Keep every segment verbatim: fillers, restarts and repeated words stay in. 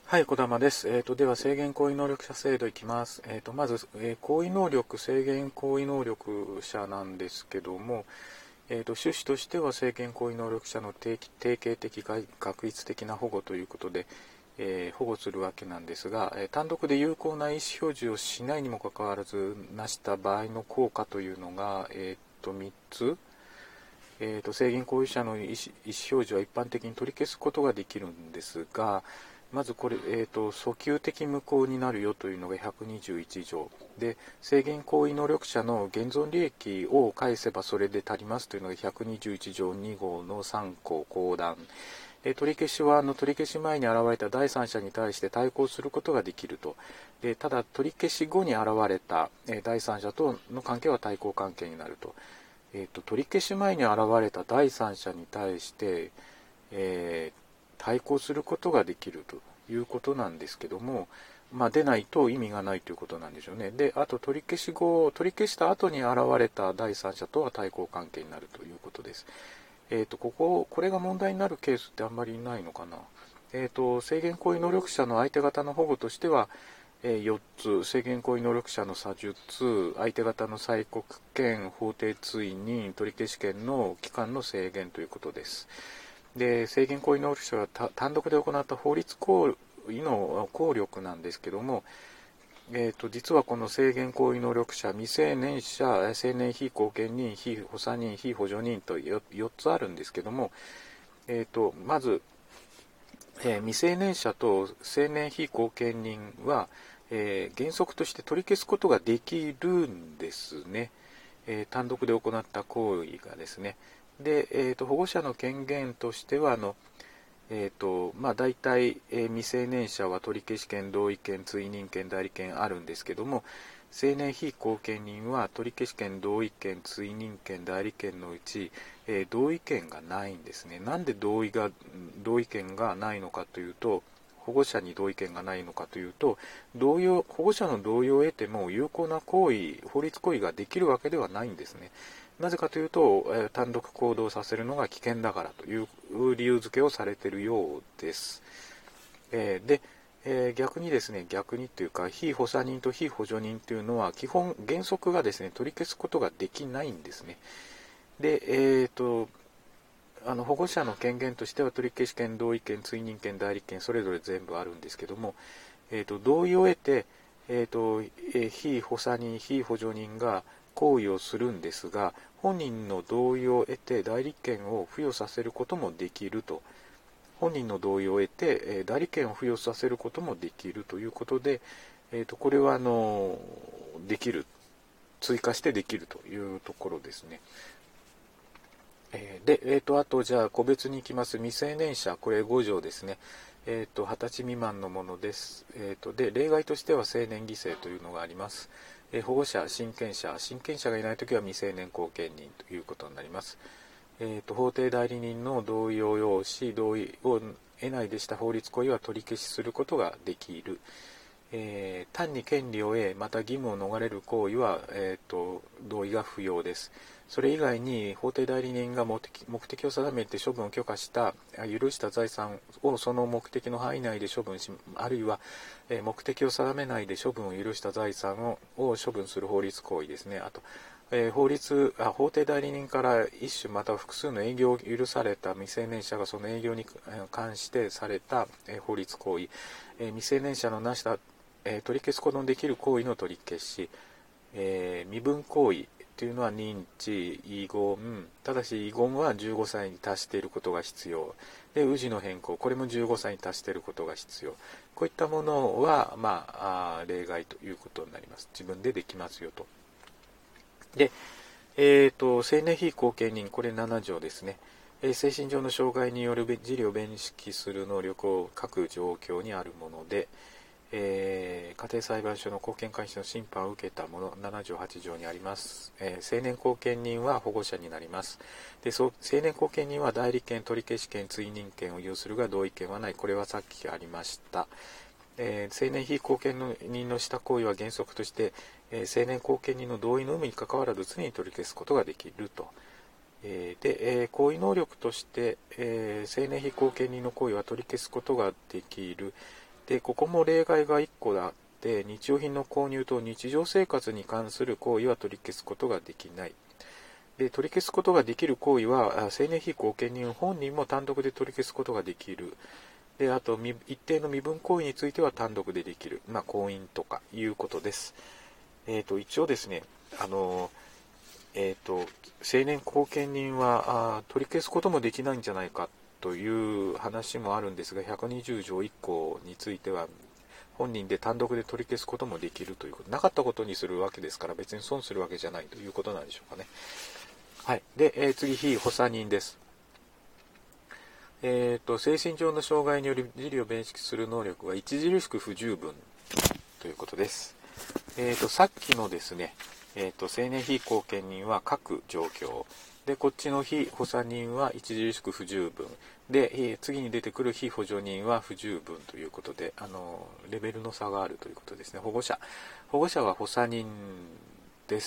はい、小玉です。えっ、と、では、制限行為能力者制度いきます。えっ、と、まず、えー行為能力、制限行為能力者なんですけども、えっ、と、趣旨としては、制限行為能力者の定期定型的が学術的な保護ということで、えー保護するわけなんですが、えー単独で有効な意思表示をしないにもかかわらず、なした場合の効果というのが、えっ、と、みっつ。えー、と制限行為者の意思、意思表示は一般的に取り消すことができるんですが、まずこれ、えー、と訴求的無効になるよというのがひゃくにじゅういち条で、制限行為能力者の現存利益を返せばそれで足りますというのがひゃくにじゅういち条に号のさん項後段で、取り消しはあの取り消し前に現れた第三者に対して対抗することができると。で、ただ取り消し後に現れた、えー第三者との関係は対抗関係になると。えー、と取り消し前に現れた第三者に対して、えー対抗することができるということなんですけども、まあ、出ないと意味がないということなんでしょうね。で、あと取り消し後、取り消した後に現れた第三者とは対抗関係になるということです。えっ、と、ここ、これが問題になるケースってあんまりないのかな。えっ、と、制限行為能力者の相手方の保護としては、えーよっつ、制限行為能力者の査述、相手方の催告権、法定追認、取り消し権の期間の制限ということです。で、制限行為能力者が単独で行った法律行為の効力なんですけども、えー、と実はこの制限行為能力者、未成年者、成年非後見人、非補佐人、非補助人と よ, よっつあるんですけども、えー、とまず、えー未成年者と成年非後見人は、えー原則として取り消すことができるんですね。えー単独で行った行為がですね。で、えー、と保護者の権限としてはあの、えーとまあ、大体、えー未成年者は取り消し権、同意権、追認権、代理権あるんですけども、成年非後見人は取り消し権、同意権、追認権、代理権のうち、えー同意権がないんですね。なんで同意が同意権がないのかというと、保護者に同意権がないのかというと、同意を保護者の同意を得ても有効な行為、法律行為ができるわけではないんですね。なぜかというと、えー単独行動させるのが危険だからという理由付けをされているようです。えーで、えー逆にですね、逆にというか、非補佐人と非補助人というのは、基本、原則がですね、取り消すことができないんですね。で、えーと、あの保護者の権限としては、取り消し権、同意権、追認権、代理権、それぞれ全部あるんですけども、えーと、同意を得て、えーとえー非補佐人、非補助人が行為をするんですが、本人の同意を得て代理権を付与させることもできると。本人の同意を得て、えー代理権を付与させることもできるということで、えーとこれはあのできる、追加してできるというところですね。えーで、えーとあとじゃあ個別に行きます。未成年者、これご条ですね。えーとはたち未満のものです。えーとで例外としては成年犠牲というのがあります。えー保護者、親権者、親権者がいないときは未成年後見人ということになります。えーと法定代理人の同意を要し、同意を得ないでした法律行為は取り消しすることができる。えー単に権利を得、また義務を逃れる行為は、えーと同意が不要です。それ以外に法定代理人が目的、目的を定めて処分を許可した許した財産をその目的の範囲内で処分し、あるいはえー目的を定めないで処分を許した財産をを処分する法律行為ですね。あと、えー法律あ法定代理人から一種または複数の営業を許された未成年者がその営業にえー関してされたえー法律行為、えー未成年者のなしたえー取り消すことのできる行為の取り消し、えー身分行為というのは認知、遺言、ただし遺言はじゅうごさいに達していることが必要。で、氏の変更、これもじゅうごさいに達していることが必要。こういったものは、まあ、あ例外ということになります。自分でできますよと。で、えーと、成年非後見人、これなな条ですね。えー精神上の障害による自利を弁識する能力を各状況にあるもので、えー家庭裁判所の後見監視の審判を受けたもの、なな条はち条にあります。えー成年後見人は保護者になります。で、そう成年後見人は代理権、取り消し権、追認権を有するが同意権はない。これはさっきありました。えー成年非後見人のした行為は原則として、えー成年後見人の同意の有無にかかわらず常に取り消すことができると。えーで、えー行為能力として、えー成年非後見人の行為は取り消すことができる。 で、ここも例外がいっこあって、日用品の購入と日常生活に関する行為は取り消すことができない。で、取り消すことができる行為は、成年非後見人本人も単独で取り消すことができる。で、あと、一定の身分行為については単独でできる。まあ、婚姻とかいうことです。えっと、一応ですね、あの、えっと、成年後見人はあ取り消すこともできないんじゃないかという話もあるんですが、ひゃくにじゅう条いっ項については、本人で単独で取り消すこともできるということ。なかったことにするわけですから、別に損するわけじゃないということなんでしょうかね。はい。で、えー、次、非補佐人です。えっと、精神上の障害により自利を弁識する能力が著しく不十分ということです。えっと、さっきのですね、えっと、成年非後見人は各状況。で、こっちの非補佐人は著しく不十分。で、次に出てくる非補助人は不十分ということで、あの、レベルの差があるということですね。保護者。保護者は補佐人です。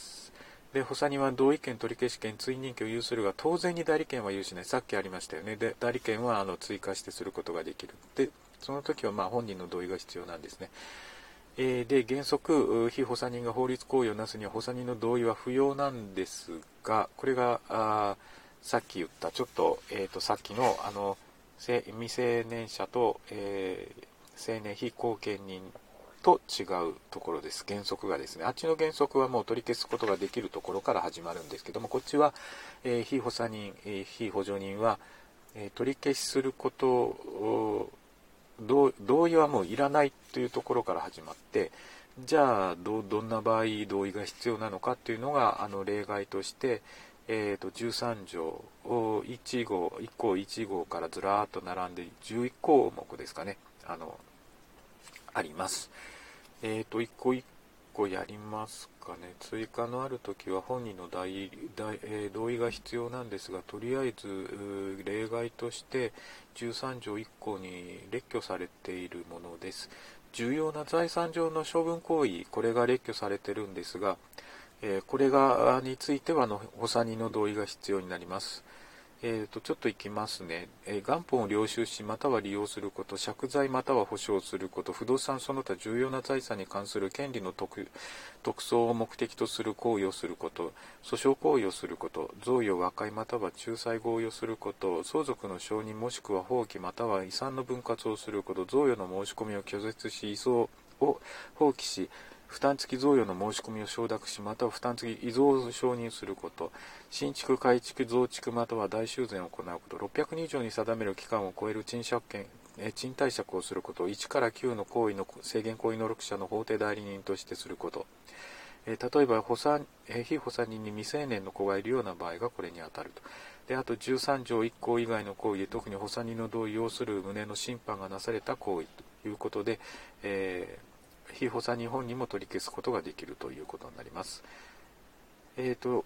で、補佐人は同意権、取り消し権、追認権を有するが、当然に代理権は有しない。さっきありましたよね。で、代理権はあの追加してすることができる。で、その時はまあ本人の同意が必要なんですね。えー、で、原則、被補佐人が法律行為をなすには補佐人の同意は不要なんですが、これが、あさっき言った、ちょっと、えーと、さっきの、あの、未成年者と、えー、成年非後見人と違うところです。原則がですね。あっちの原則はもう取り消すことができるところから始まるんですけども、こっちは、えー、被補佐人、えー、被補助人は、えー、取り消しすることを、同意はもういらないというところから始まって、じゃあ ど, どんな場合同意が必要なのかっていうのがあの例外として、えー、とじゅうさん条いち号いっ項いち号からずらーっと並んでじゅういち項目ですかね、あのあります。えっ、ー、と一個一個やりますかね。追加のあるときは本人の代代、えー、同意が必要なんですが、とりあえず例外としてじゅうさん条いっ項に列挙されているものです。重要な財産上の処分行為、これが列挙されてるんですが、えー、これがについてはの補佐人の同意が必要になります。えー、とちょっといきますね、えー、元本を領収しまたは利用すること、借財または保証すること、不動産その他重要な財産に関する権利の 特, 特措を目的とする行為をすること、訴訟行為をすること、贈与和解または仲裁合意をすること、相続の承認もしくは放棄または遺産の分割をすること、贈与の申し込みを拒絶し遺贈を放棄し負担付き贈与の申し込みを承諾し、または負担付き遺贈を承認すること、新築、改築、増築または大修繕を行うこと、ろっぴゃくにん以上に定める期間を超える賃借権、賃貸借をすること、いちからきゅうの行為の制限行為能力者の法定代理人としてすること、例えば補佐、被補佐人に未成年の子がいるような場合がこれに当たると。で、あとじゅうさん条いっ項以外の行為で特に補佐人の同意を要する旨の審判がなされた行為ということで、えー被補佐人本人も取り消すことができるということになります。えーと、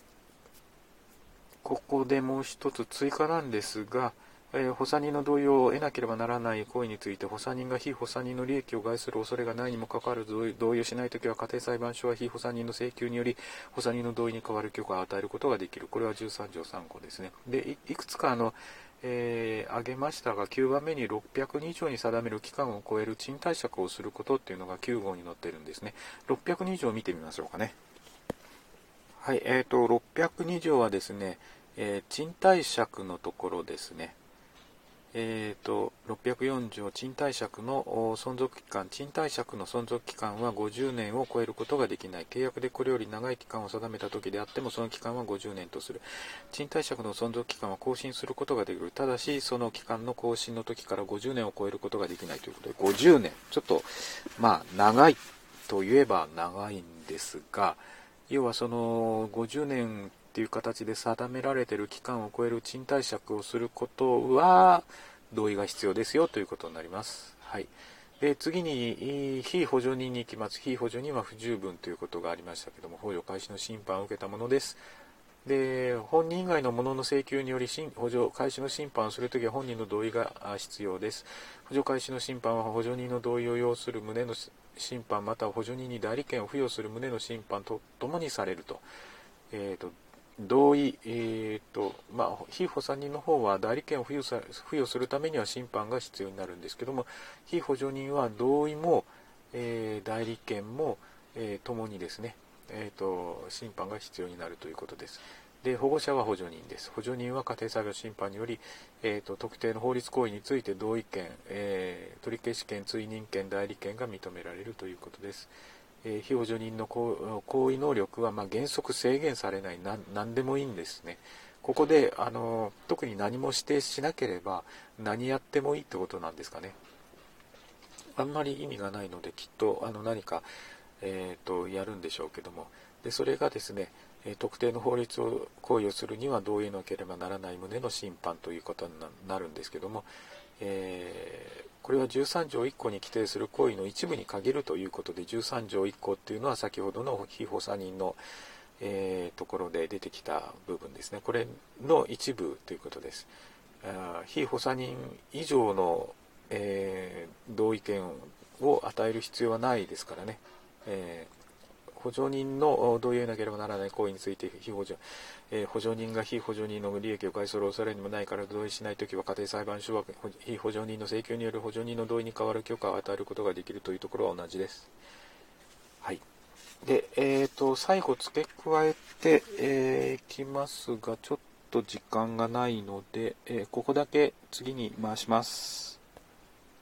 ここでもう一つ追加なんですが、えー、補佐人の同意を得なければならない行為について、補佐人が被補佐人の利益を害する恐れがないにもかかわらず同意をしないときは、家庭裁判所は被補佐人の請求により補佐人の同意に代わる許可を与えることができる。これはじゅうさん条さん項ですね。で、い, いくつかあのえー、挙げましたが、きゅうばんめにろっぴゃくにん以上に定める期間を超える賃貸借をすることっていうのがきゅう号に載ってるんですね。ろっぴゃくにん以上見てみましょうかね。はい、えーと、ろっぴゃくに条はですね、えー、賃貸借のところですね。えーと、ろっぴゃくよん条、賃貸借の存続期間、賃貸借の存続期間はごじゅうねんを超えることができない。契約でこれより長い期間を定めたときであっても、その期間はごじゅうねんとする。賃貸借の存続期間は更新することができる。ただし、その期間の更新の時からごじゅうねんを超えることができないということで、ごじゅうねん。ちょっと、まあ、長いといえば長いんですが、要はそのごじゅうねんっていう形で定められている期間を超える賃貸借をすることは同意が必要ですよということになります。はい。で、次に被補助人に行きます。被補助人は不十分ということがありましたけども、補助開始の審判を受けたものです。で、本人以外の者の請求により補助開始の審判をするときは本人の同意が必要です。補助開始の審判は補助人の同意を要する旨の審判または補助人に代理権を付与する旨の審判とともにされると。えーと同意、えーとまあ、被保査人の方は代理権を付与さ付与するためには審判が必要になるんですけども、被補助人は同意も、えー、代理権も、えー、ともにですね、えーと、審判が必要になるということです。で、保護者は補助人です。補助人は家庭裁判審判により、えーと、特定の法律行為について同意権、えー、取消権、追認権、代理権が認められるということです。えー、被補助人の行為能力は、まあ、原則制限されない、な何でもいいんですね。ここであの特に何も指定しなければ何やってもいいってことなんですかね。あんまり意味がないので、きっとあの何か、えー、とやるんでしょうけども、でそれがですね、特定の法律を行為をするには同意なければならない旨の審判ということになるんですけども、えー、これはじゅうさん条いっ項に規定する行為の一部に限るということで、じゅうさん条いっ項っていうのは先ほどの被補佐人の、えー、ところで出てきた部分ですね。これの一部ということです。被補佐人以上の、えー、同意権を与える必要はないですからね。えー補助人の同意を得なければならない行為について被補助、えー、補助人が被補助人の利益を害する恐れにもないから同意しないときは、家庭裁判所は被補助人の請求による補助人の同意に代わる許可を与えることができるというところは同じです。はい。で、えーと、最後付け加えてい、えー、きますが、ちょっと時間がないので、えー、ここだけ次に回します。